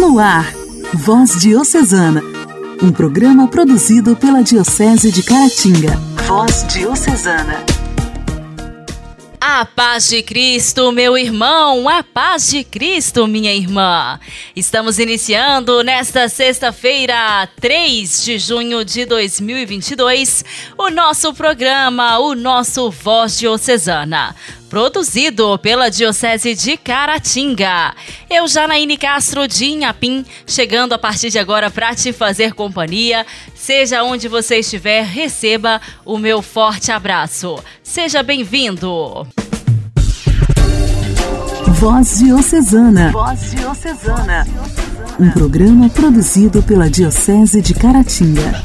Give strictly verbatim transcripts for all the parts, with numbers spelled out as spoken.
No ar, Voz Diocesana, um programa produzido pela Diocese de Caratinga. Voz Diocesana. A paz de Cristo, meu irmão, a paz de Cristo, minha irmã. Estamos iniciando nesta sexta-feira, três de junho de dois mil e vinte e dois, o nosso programa, o nosso Voz Diocesana, produzido pela Diocese de Caratinga. Eu, Janaíne Castro de Inhapim, chegando a partir de agora para te fazer companhia. Seja onde você estiver, receba o meu forte abraço. Seja bem-vindo. Voz Diocesana. Voz Diocesana. Um programa produzido pela Diocese de Caratinga.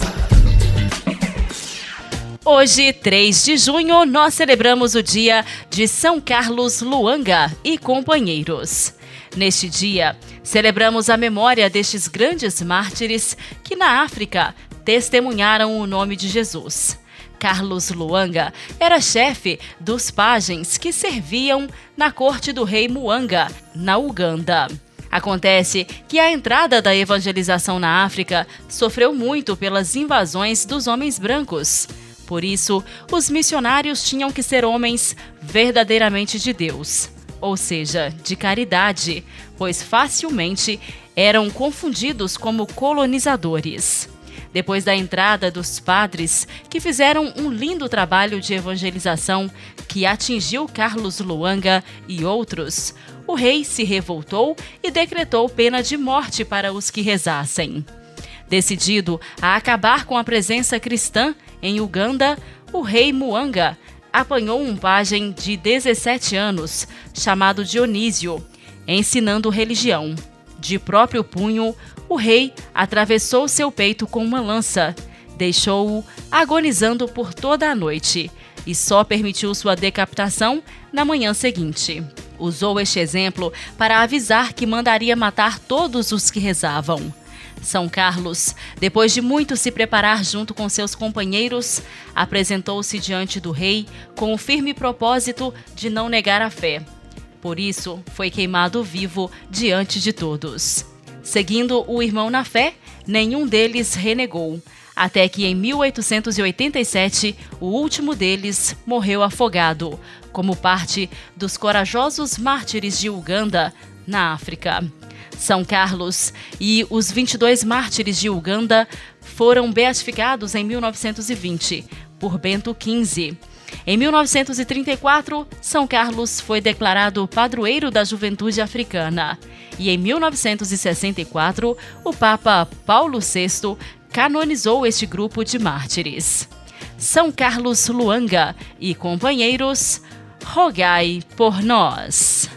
Hoje, três de junho, nós celebramos o dia de São Carlos Luanga e companheiros. Neste dia, celebramos a memória destes grandes mártires que na África testemunharam o nome de Jesus. Carlos Luanga era chefe dos pajens que serviam na corte do rei Muanga, na Uganda. Acontece que a entrada da evangelização na África sofreu muito pelas invasões dos homens brancos. Por isso, os missionários tinham que ser homens verdadeiramente de Deus, ou seja, de caridade, pois facilmente eram confundidos como colonizadores. Depois da entrada dos padres, que fizeram um lindo trabalho de evangelização que atingiu Carlos Luanga e outros, o rei se revoltou e decretou pena de morte para os que rezassem. Decidido a acabar com a presença cristã em Uganda, o rei Muanga apanhou um pajem de dezessete anos, chamado Dionísio, ensinando religião. De próprio punho, o rei atravessou seu peito com uma lança, deixou-o agonizando por toda a noite e só permitiu sua decapitação na manhã seguinte. Usou este exemplo para avisar que mandaria matar todos os que rezavam. São Carlos, depois de muito se preparar junto com seus companheiros, apresentou-se diante do rei com o firme propósito de não negar a fé. Por isso, foi queimado vivo diante de todos. Seguindo o irmão na fé, nenhum deles renegou, até que em mil oitocentos e oitenta e sete, o último deles morreu afogado, como parte dos corajosos mártires de Uganda, na África. São Carlos e os vinte e dois mártires de Uganda foram beatificados em mil novecentos e vinte, por Bento quinze. Em mil novecentos e trinta e quatro, São Carlos foi declarado padroeiro da juventude africana. E em mil novecentos e sessenta e quatro, o Papa Paulo sexto canonizou este grupo de mártires. São Carlos Luanga e companheiros, rogai por nós.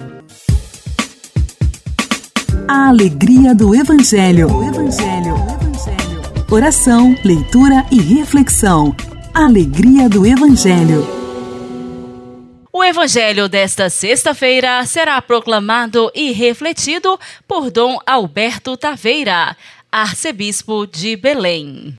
A alegria do Evangelho. O Evangelho. O Evangelho. Oração, leitura e reflexão. Alegria do Evangelho. O Evangelho desta sexta-feira será proclamado e refletido por Dom Alberto Taveira, arcebispo de Belém.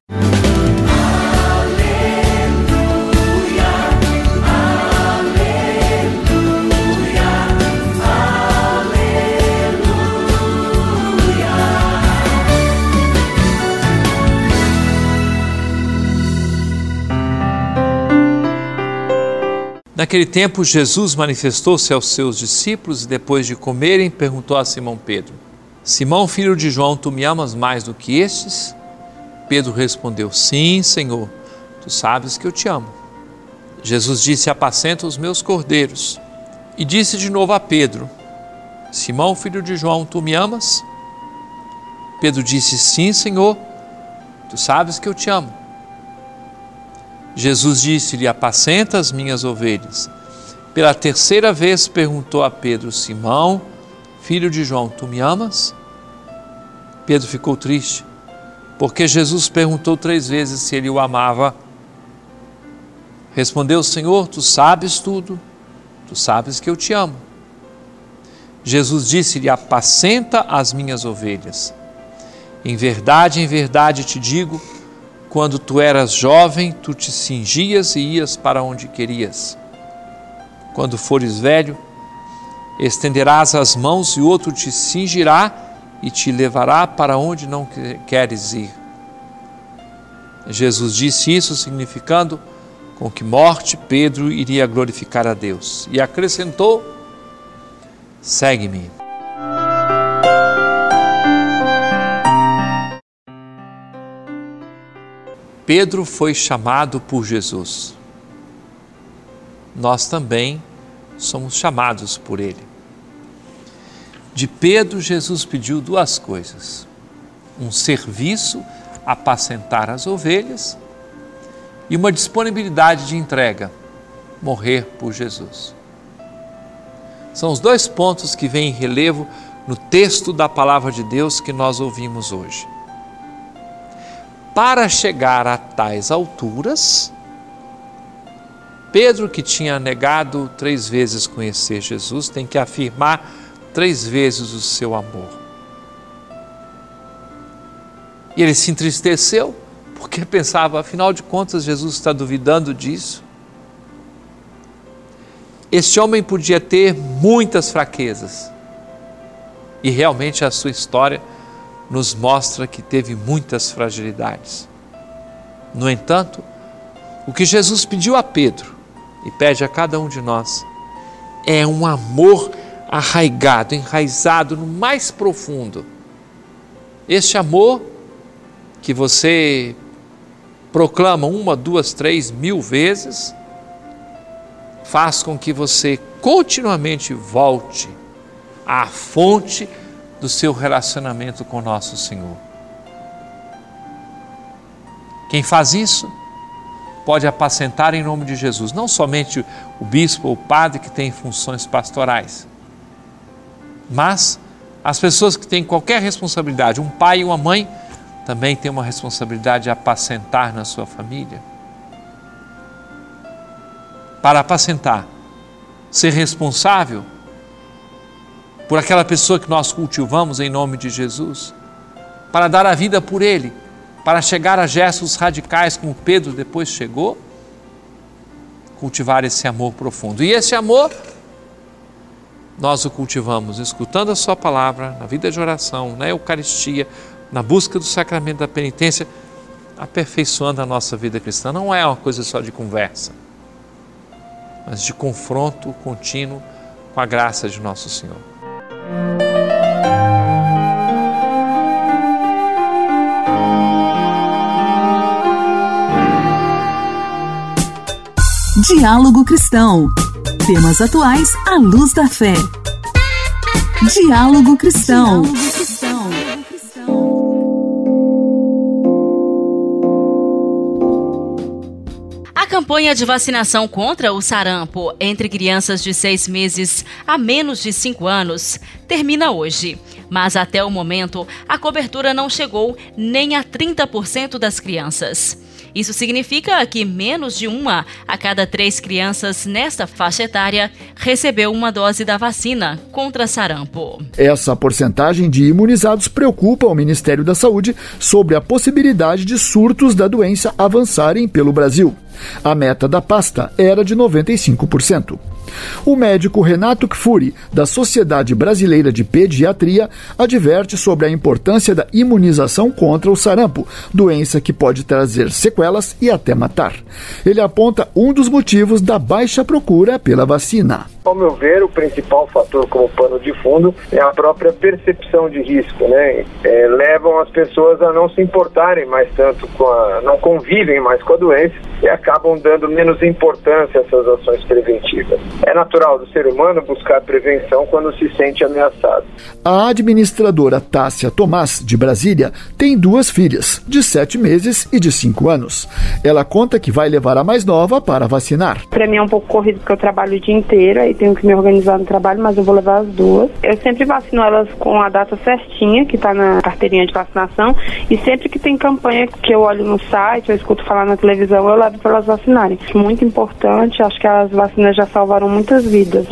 Naquele tempo, Jesus manifestou-se aos seus discípulos e, depois de comerem, perguntou a Simão Pedro: Simão, filho de João, tu me amas mais do que estes? Pedro respondeu: Sim, Senhor, tu sabes que eu te amo. Jesus disse: Apacenta os meus cordeiros. E disse de novo a Pedro: Simão, filho de João, tu me amas? Pedro disse: Sim, Senhor, tu sabes que eu te amo. Jesus disse-lhe: Apacenta as minhas ovelhas. Pela terceira vez perguntou a Pedro: Simão, filho de João, tu me amas? Pedro ficou triste, porque Jesus perguntou três vezes se ele o amava. Respondeu: Senhor, tu sabes tudo, tu sabes que eu te amo. Jesus disse-lhe: Apacenta as minhas ovelhas. Em verdade, em verdade te digo, quando tu eras jovem, tu te cingias e ias para onde querias. Quando fores velho, estenderás as mãos e outro te cingirá e te levará para onde não queres ir. Jesus disse isso significando com que morte Pedro iria glorificar a Deus. E acrescentou: segue-me. Pedro foi chamado por Jesus. Nós também somos chamados por Ele. De Pedro, Jesus pediu duas coisas: um serviço, apacentar as ovelhas, e uma disponibilidade de entrega, morrer por Jesus. São os dois pontos que vêm em relevo no texto da palavra de Deus que nós ouvimos hoje. Para chegar a tais alturas, Pedro, que tinha negado três vezes conhecer Jesus, tem que afirmar três vezes o seu amor. E ele se entristeceu, porque pensava, afinal de contas, Jesus está duvidando disso. Este homem podia ter muitas fraquezas, e realmente a sua história nos mostra que teve muitas fragilidades. No entanto, o que Jesus pediu a Pedro, e pede a cada um de nós, é um amor arraigado, enraizado no mais profundo. Este amor que você proclama uma, duas, três, mil vezes, faz com que você continuamente volte à fonte do seu relacionamento com nosso Senhor. Quem faz isso pode apacentar em nome de Jesus, não somente o bispo ou o padre que tem funções pastorais, mas as pessoas que têm qualquer responsabilidade, um pai e uma mãe, também têm uma responsabilidade de apacentar na sua família. Para apacentar, ser responsável por aquela pessoa que nós cultivamos em nome de Jesus, para dar a vida por ele, para chegar a gestos radicais como Pedro depois chegou, cultivar esse amor profundo. E esse amor nós o cultivamos escutando a sua palavra, na vida de oração, na Eucaristia, na busca do sacramento da penitência, aperfeiçoando a nossa vida cristã. Não é uma coisa só de conversa, mas de confronto contínuo com a graça de nosso Senhor. Diálogo Cristão. Temas atuais à luz da fé. Diálogo Cristão. A campanha de vacinação contra o sarampo entre crianças de seis meses a menos de cinco anos termina hoje. Mas até o momento, a cobertura não chegou nem a trinta por cento das crianças. Isso significa que menos de uma a cada três crianças nesta faixa etária recebeu uma dose da vacina contra sarampo. Essa porcentagem de imunizados preocupa o Ministério da Saúde sobre a possibilidade de surtos da doença avançarem pelo Brasil. A meta da pasta era de noventa e cinco por cento. O médico Renato Kfouri, da Sociedade Brasileira de Pediatria, adverte sobre a importância da imunização contra o sarampo, doença que pode trazer sequelas e até matar. Ele aponta um dos motivos da baixa procura pela vacina. Ao meu ver, o principal fator como pano de fundo é a própria percepção de risco, né? É, levam as pessoas a não se importarem mais tanto com a... não convivem mais com a doença e acabam dando menos importância a essas ações preventivas. É natural do ser humano buscar prevenção quando se sente ameaçado. A administradora Tássia Tomás, de Brasília, tem duas filhas, de sete meses e de cinco anos. Ela conta que vai levar a mais nova para vacinar. Para mim é um pouco corrido porque eu trabalho o dia inteiro e tenho que me organizar no trabalho, mas eu vou levar as duas. Eu sempre vacino elas com a data certinha, que está na carteirinha de vacinação, e sempre que tem campanha que eu olho no site, eu escuto falar na televisão, eu levo para elas vacinarem. Muito importante, acho que as vacinas já salvaram muitas vidas, né?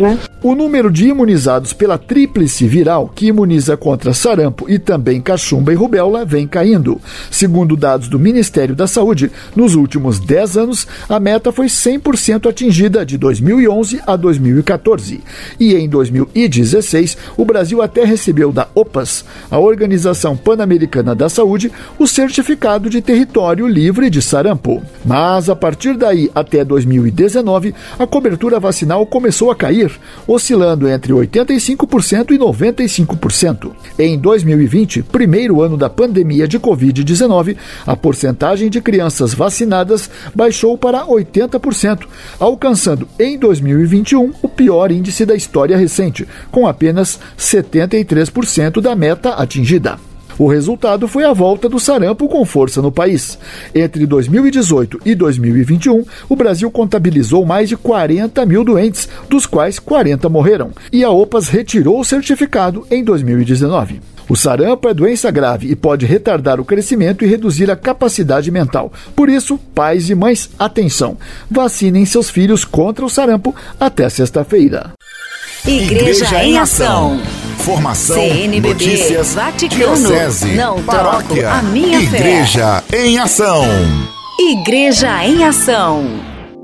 O número de imunizados pela tríplice viral, que imuniza contra sarampo e também cachumba e rubéola, vem caindo. Segundo dados do Ministério da Saúde, nos últimos dez anos, a meta foi cem por cento atingida de dois mil e onze a dois mil e quatorze. E em dois mil e dezesseis, o Brasil até recebeu da OPAS, a Organização Pan-Americana da Saúde, o certificado de território livre de sarampo. Mas, a partir daí até dois mil e dezenove, a cobertura vacinal começou a cair, oscilando entre oitenta e cinco por cento e noventa e cinco por cento. Em dois mil e vinte, primeiro ano da pandemia de covid dezenove, a porcentagem de crianças vacinadas baixou para oitenta por cento, alcançando em dois mil e vinte e um o pior índice da história recente, com apenas setenta e três por cento da meta atingida. O resultado foi a volta do sarampo com força no país. Entre dois mil e dezoito e dois mil e vinte e um, o Brasil contabilizou mais de quarenta mil doentes, dos quais quarenta morreram, e a OPAS retirou o certificado em dois mil e dezenove. O sarampo é doença grave e pode retardar o crescimento e reduzir a capacidade mental. Por isso, pais e mães, atenção! Vacinem seus filhos contra o sarampo até sexta-feira. Igreja, Igreja em Ação. Formação, C N B B, notícias, Vaticano, diocese, não paróquia, troco a minha Igreja fé. em Ação. Igreja em Ação.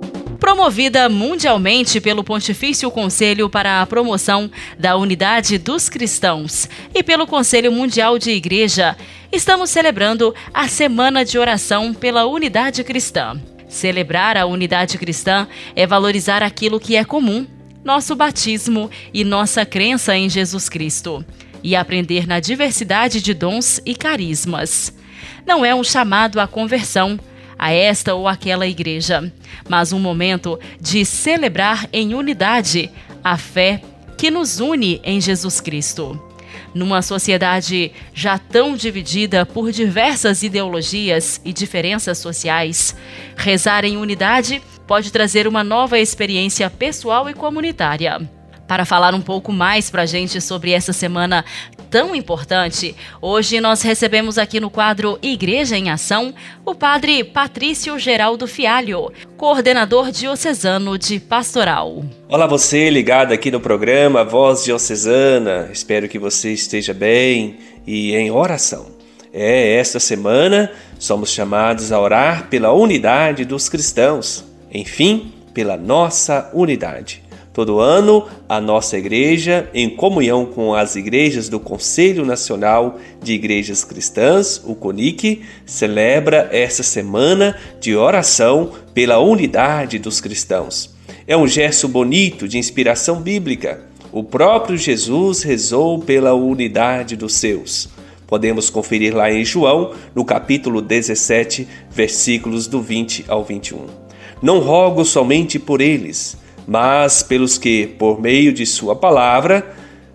Promovida mundialmente pelo Pontifício Conselho para a Promoção da Unidade dos Cristãos e pelo Conselho Mundial de Igreja, estamos celebrando a Semana de Oração pela Unidade Cristã. Celebrar a unidade cristã é valorizar aquilo que é comum, nosso batismo e nossa crença em Jesus Cristo, e aprender na diversidade de dons e carismas. Não é um chamado à conversão, a esta ou aquela igreja, mas um momento de celebrar em unidade a fé que nos une em Jesus Cristo. Numa sociedade já tão dividida por diversas ideologias e diferenças sociais, rezar em unidade pode trazer uma nova experiência pessoal e comunitária. Para falar um pouco mais para a gente sobre essa semana tão importante, hoje nós recebemos aqui no quadro Igreja em Ação o padre Patrício Geraldo Fialho, coordenador diocesano de pastoral. Olá você ligado aqui no programa Voz Diocesana, espero que você esteja bem e em oração. É, esta semana somos chamados a orar pela unidade dos cristãos, enfim, pela nossa unidade. Todo ano, a nossa igreja, em comunhão com as igrejas do Conselho Nacional de Igrejas Cristãs, o CONIC, celebra essa semana de oração pela unidade dos cristãos. É um gesto bonito de inspiração bíblica. O próprio Jesus rezou pela unidade dos seus. Podemos conferir lá em João, no capítulo dezessete, versículos do vinte ao vinte e um. Não rogo somente por eles, mas pelos que, por meio de sua palavra,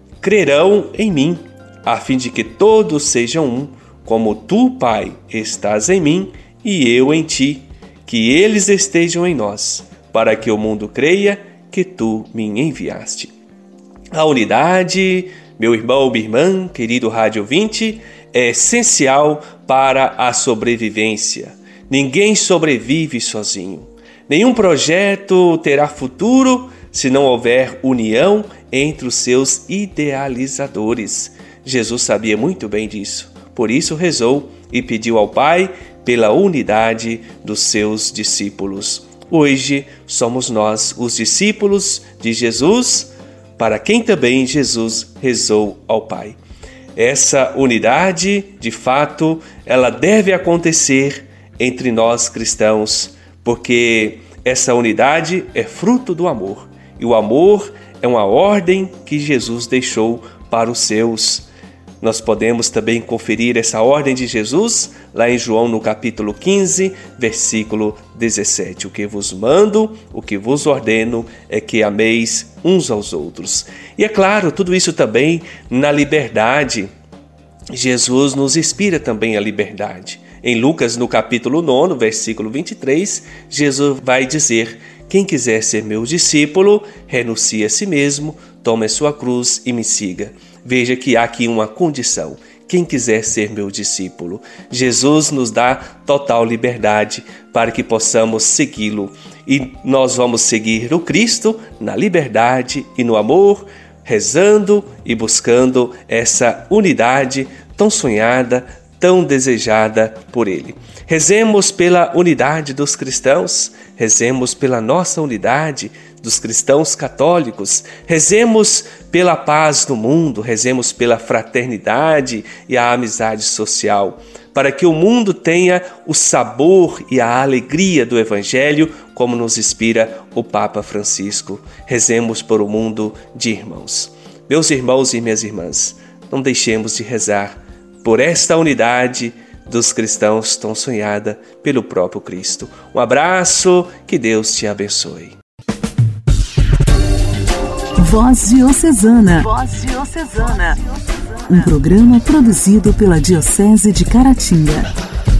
crerão em mim, a fim de que todos sejam um, como tu, Pai, estás em mim e eu em ti, que eles estejam em nós, para que o mundo creia que tu me enviaste. A unidade, meu irmão, minha irmã, querido rádio ouvinte, é essencial para a sobrevivência. Ninguém sobrevive sozinho. Nenhum projeto terá futuro se não houver união entre os seus idealizadores. Jesus sabia muito bem disso. Por isso rezou e pediu ao Pai pela unidade dos seus discípulos. Hoje somos nós os discípulos de Jesus, para quem também Jesus rezou ao Pai. Essa unidade, de fato, ela deve acontecer entre nós cristãos, porque essa unidade é fruto do amor. E o amor é uma ordem que Jesus deixou para os seus. Nós podemos também conferir essa ordem de Jesus lá em João no capítulo quinze, versículo dezessete. O que vos mando, o que vos ordeno é que ameis uns aos outros. E é claro, tudo isso também na liberdade. Jesus nos inspira também a liberdade. Em Lucas, no capítulo nove, versículo vinte e três, Jesus vai dizer: quem quiser ser meu discípulo, renuncie a si mesmo, tome a sua cruz e me siga. Veja que há aqui uma condição. quem quiser ser meu discípulo. Jesus nos dá total liberdade para que possamos segui-lo. E nós vamos seguir o Cristo na liberdade e no amor, rezando e buscando essa unidade tão sonhada, tão desejada por Ele. Rezemos pela unidade dos cristãos, rezemos pela nossa unidade dos cristãos católicos, rezemos pela paz no mundo, rezemos pela fraternidade e a amizade social, para que o mundo tenha o sabor e a alegria do Evangelho, como nos inspira o Papa Francisco. Rezemos por um mundo de irmãos. Meus irmãos e minhas irmãs, não deixemos de rezar por esta unidade dos cristãos tão sonhada pelo próprio Cristo. Um abraço, que Deus te abençoe. Voz Diocesana. Voz Diocesana. Um programa produzido pela Diocese de Caratinga.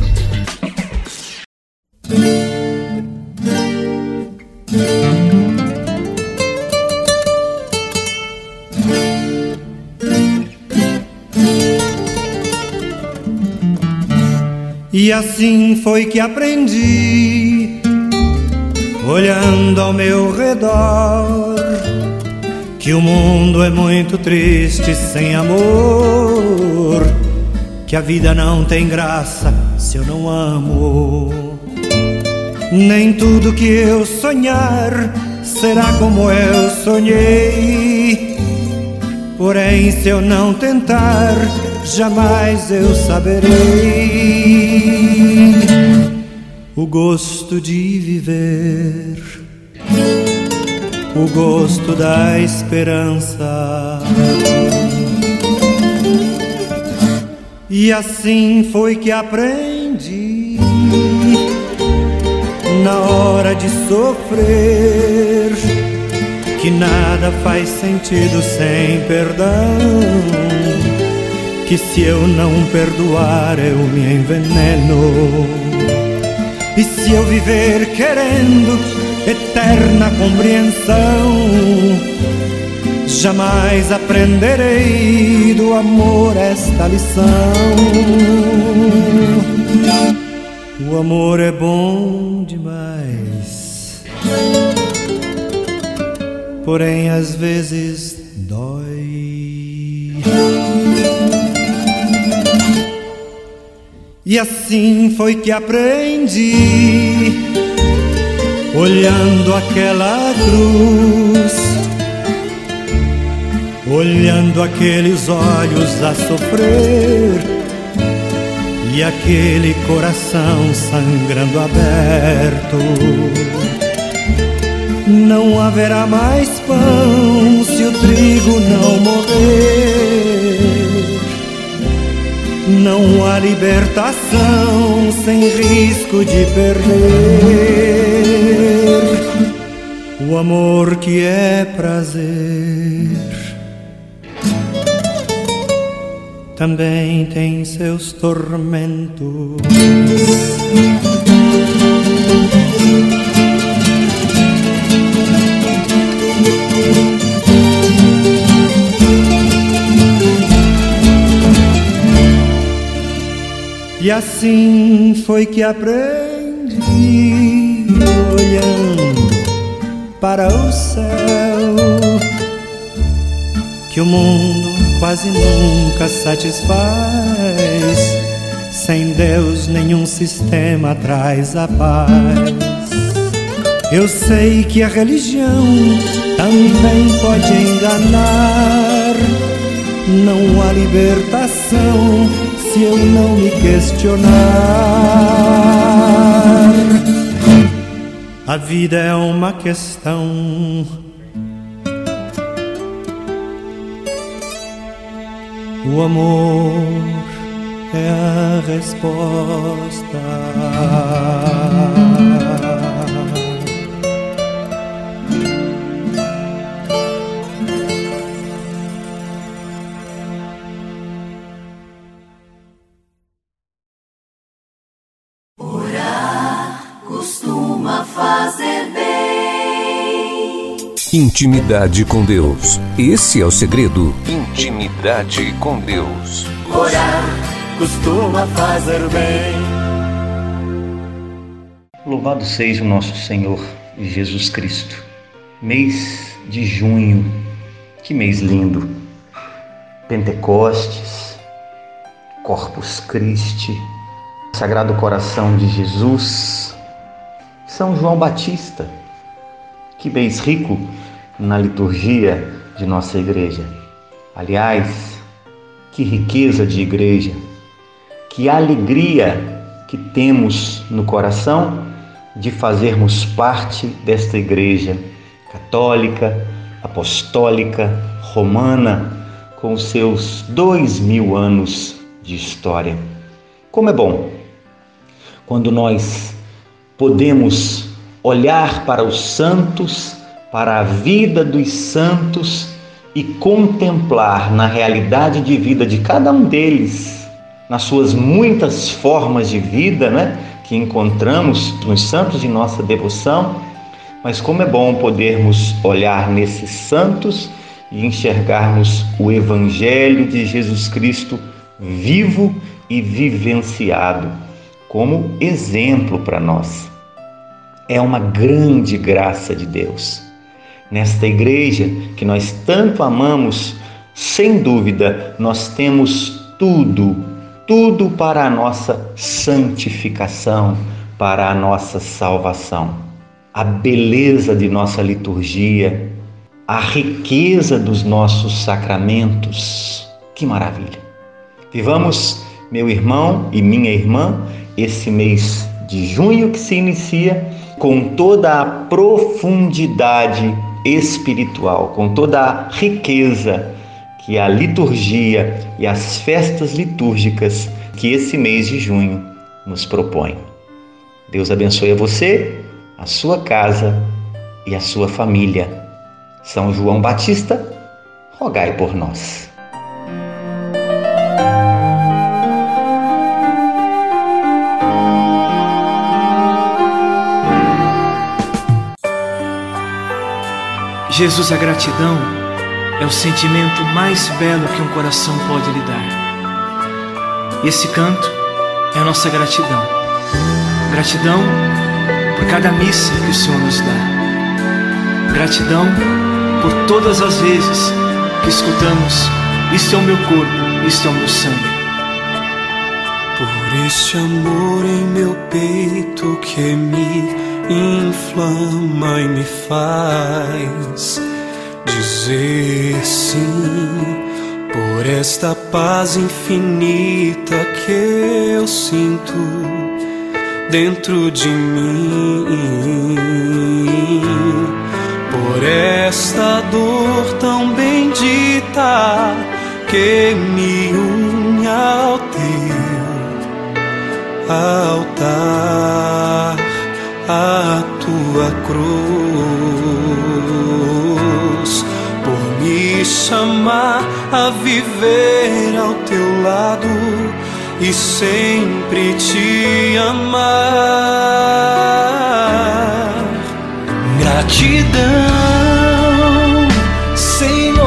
E assim foi que aprendi, olhando ao meu redor, que o mundo é muito triste sem amor, que a vida não tem graça se eu não amo. Nem tudo que eu sonhar será como eu sonhei, porém se eu não tentar, jamais eu saberei o gosto de viver, o gosto da esperança. E assim foi que aprendi, na hora de sofrer, que nada faz sentido sem perdão, que se eu não perdoar eu me enveneno. E se eu viver querendo eterna compreensão, jamais aprenderei do amor esta lição. O amor é bom demais, porém às vezes dói. E assim foi que aprendi, olhando aquela cruz, olhando aqueles olhos a sofrer e aquele coração sangrando aberto. Não haverá mais pão se o trigo não morrer. Não há libertação sem risco de perder o amor que é prazer. Também tem seus tormentos. E assim foi que aprendi, olhando para o céu, que o mundo quase nunca satisfaz. Sem Deus nenhum sistema traz a paz. Eu sei que a religião também pode enganar. Não há libertação se eu não me questionar. A vida é uma questão, o amor é a resposta. Intimidade com Deus. Esse é o segredo. Intimidade com Deus. orar costuma fazer bem. Louvado seja o nosso Senhor Jesus Cristo. Mês de junho, que mês lindo. Pentecostes, Corpus Christi, Sagrado Coração de Jesus, São João Batista. Que mês rico na liturgia de nossa igreja. Aliás, que riqueza de igreja, que alegria que temos no coração de fazermos parte desta igreja católica, apostólica, romana, com seus dois mil anos de história. Como é bom quando nós podemos olhar para os santos, para a vida dos santos e contemplar na realidade de vida de cada um deles, nas suas muitas formas de vida, né, que encontramos nos santos de nossa devoção. Mas como é bom podermos olhar nesses santos e enxergarmos o Evangelho de Jesus Cristo vivo e vivenciado como exemplo para nós. É uma grande graça de Deus. Nesta igreja que nós tanto amamos, sem dúvida, nós temos tudo, tudo para a nossa santificação, para a nossa salvação. A beleza de nossa liturgia, a riqueza dos nossos sacramentos. Que maravilha! Vivamos, meu irmão e minha irmã, esse mês de junho que se inicia com toda a profundidade espiritual, com toda a riqueza que a liturgia e as festas litúrgicas que esse mês de junho nos propõem. Deus abençoe a você, a sua casa e a sua família. São João Batista, rogai por nós. Jesus, a gratidão é o sentimento mais belo que um coração pode lhe dar. E esse canto é a nossa gratidão. Gratidão por cada missa que o Senhor nos dá. Gratidão por todas as vezes que escutamos: isto é o meu corpo, isto é o meu sangue. Por este amor em meu peito que me inflama e me faz dizer sim, por esta paz infinita que eu sinto dentro de mim, por esta dor tão bendita que me une ao teu altar, a tua cruz, por me chamar a viver ao teu lado e sempre te amar. Gratidão, Senhor,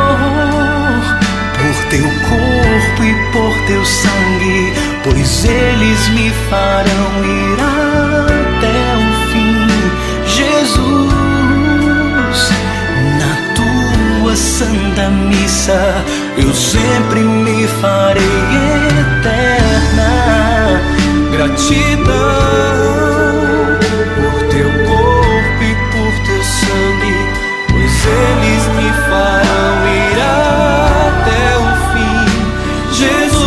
por teu corpo e por teu sangue, pois eles me farão ir até o fim. Jesus, na tua santa missa eu sempre me farei eterna. Gratidão por teu corpo e por teu sangue, pois eles me farão ir até o fim.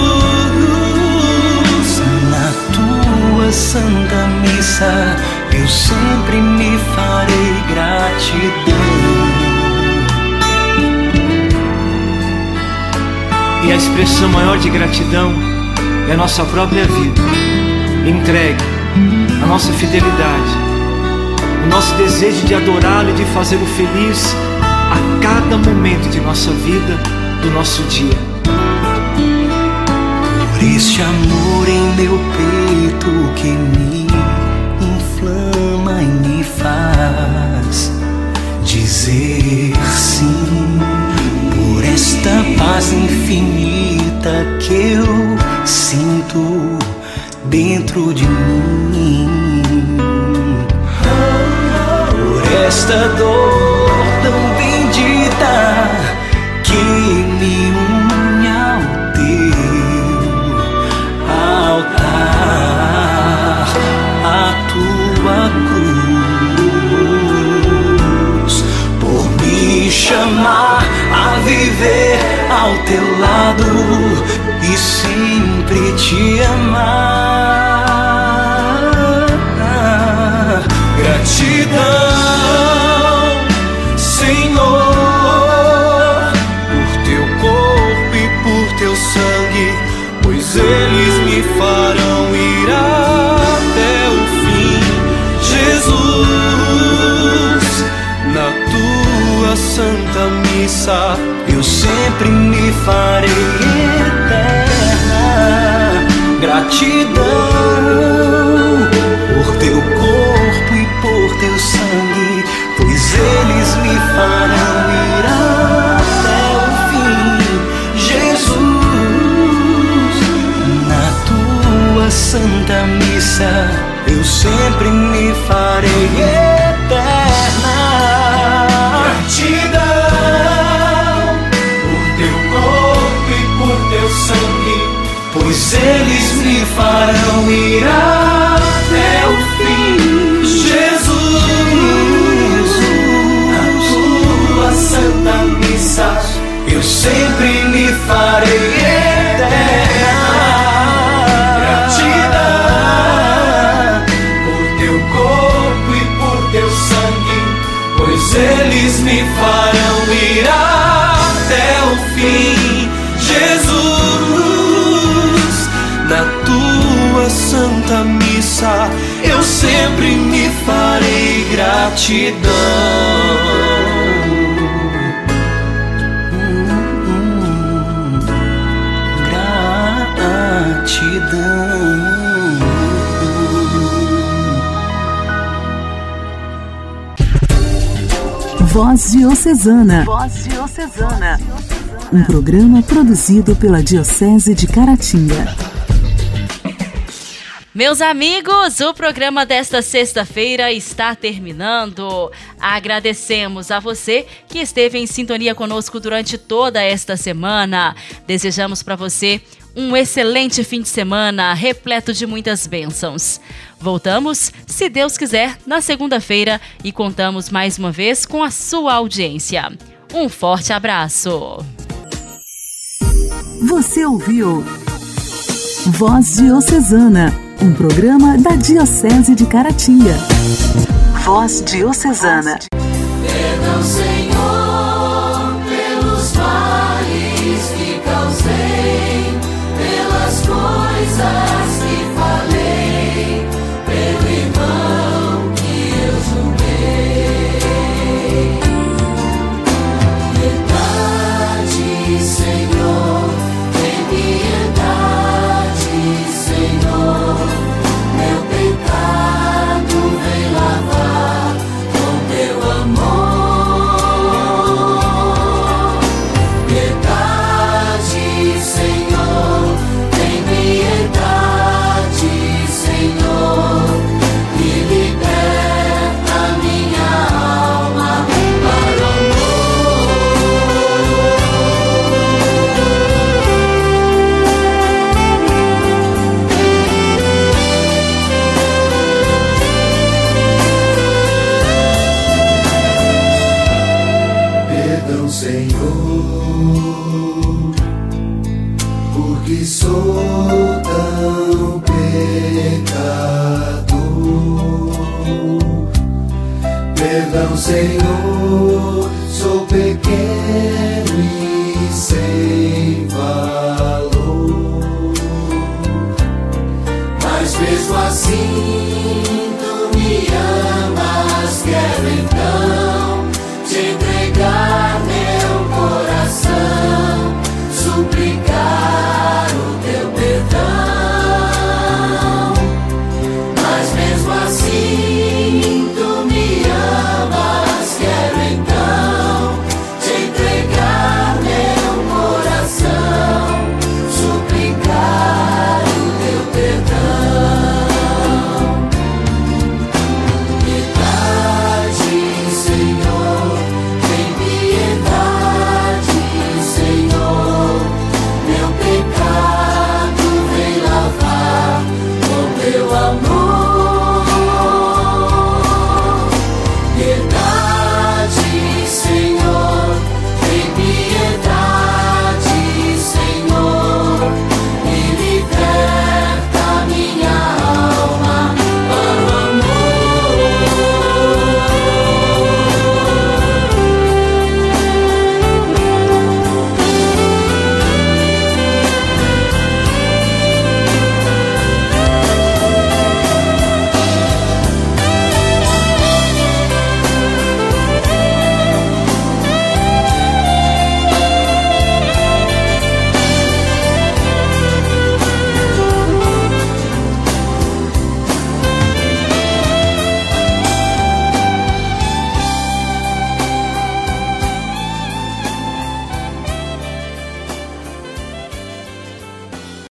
Jesus, na tua santa missa eu sempre me farei gratidão. E a expressão maior de gratidão é a nossa própria vida, entregue, a nossa fidelidade, o nosso desejo de adorá-lo e de fazê-lo feliz a cada momento de nossa vida, do nosso dia. Por este amor em meu peito que me inflama e me faz dizer sim, por esta paz infinita falta que eu sinto dentro de mim. Por esta dor tão bendita que me une ao teu altar, a tua cruz, por me chamar a viver ao teu lado e sempre te amar. Gratidão, Senhor, por teu corpo e por teu sangue, pois eles me farão ir até o fim. Jesus, na tua santa missa eu sempre me farei eterna. Gratidão por teu corpo e por teu sangue, pois eles me farão ir até o fim. Jesus, na tua santa missa eu sempre me farei eterna. Gratidão por teu corpo e por teu sangue, pois eles me farão ir até o fim. Jesus, na tua santa missa eu sempre me farei eterna. Gratidão por teu corpo e por teu sangue, pois eles me farão ir até o fim. Jesus, na tua santa missa eu sempre me farei gratidão. Voz Diocesana. Voz Diocesana. Um programa produzido pela Diocese de Caratinga. Meus amigos, o programa desta sexta-feira está terminando. Agradecemos a você que esteve em sintonia conosco durante toda esta semana. Desejamos para você um excelente fim de semana, repleto de muitas bênçãos. Voltamos, se Deus quiser, na segunda-feira e contamos mais uma vez com a sua audiência. Um forte abraço. Você ouviu Voz Diocesana, um programa da Diocese de Caratinga. Voz Diocesana. Perdão, Senhor, pelos males que causei, pelas coisas que falei, pelo irmão que eu julguei. Piedade, Senhor, tem piedade, Senhor, meu pecado vem lavar com teu amor. Piedade, Senhor, tem piedade, Senhor, e liberta minha alma para o Perdão, Senhor, porque sou tão pecador. Perdão, Senhor, sou pequeno e sem valor, mas mesmo assim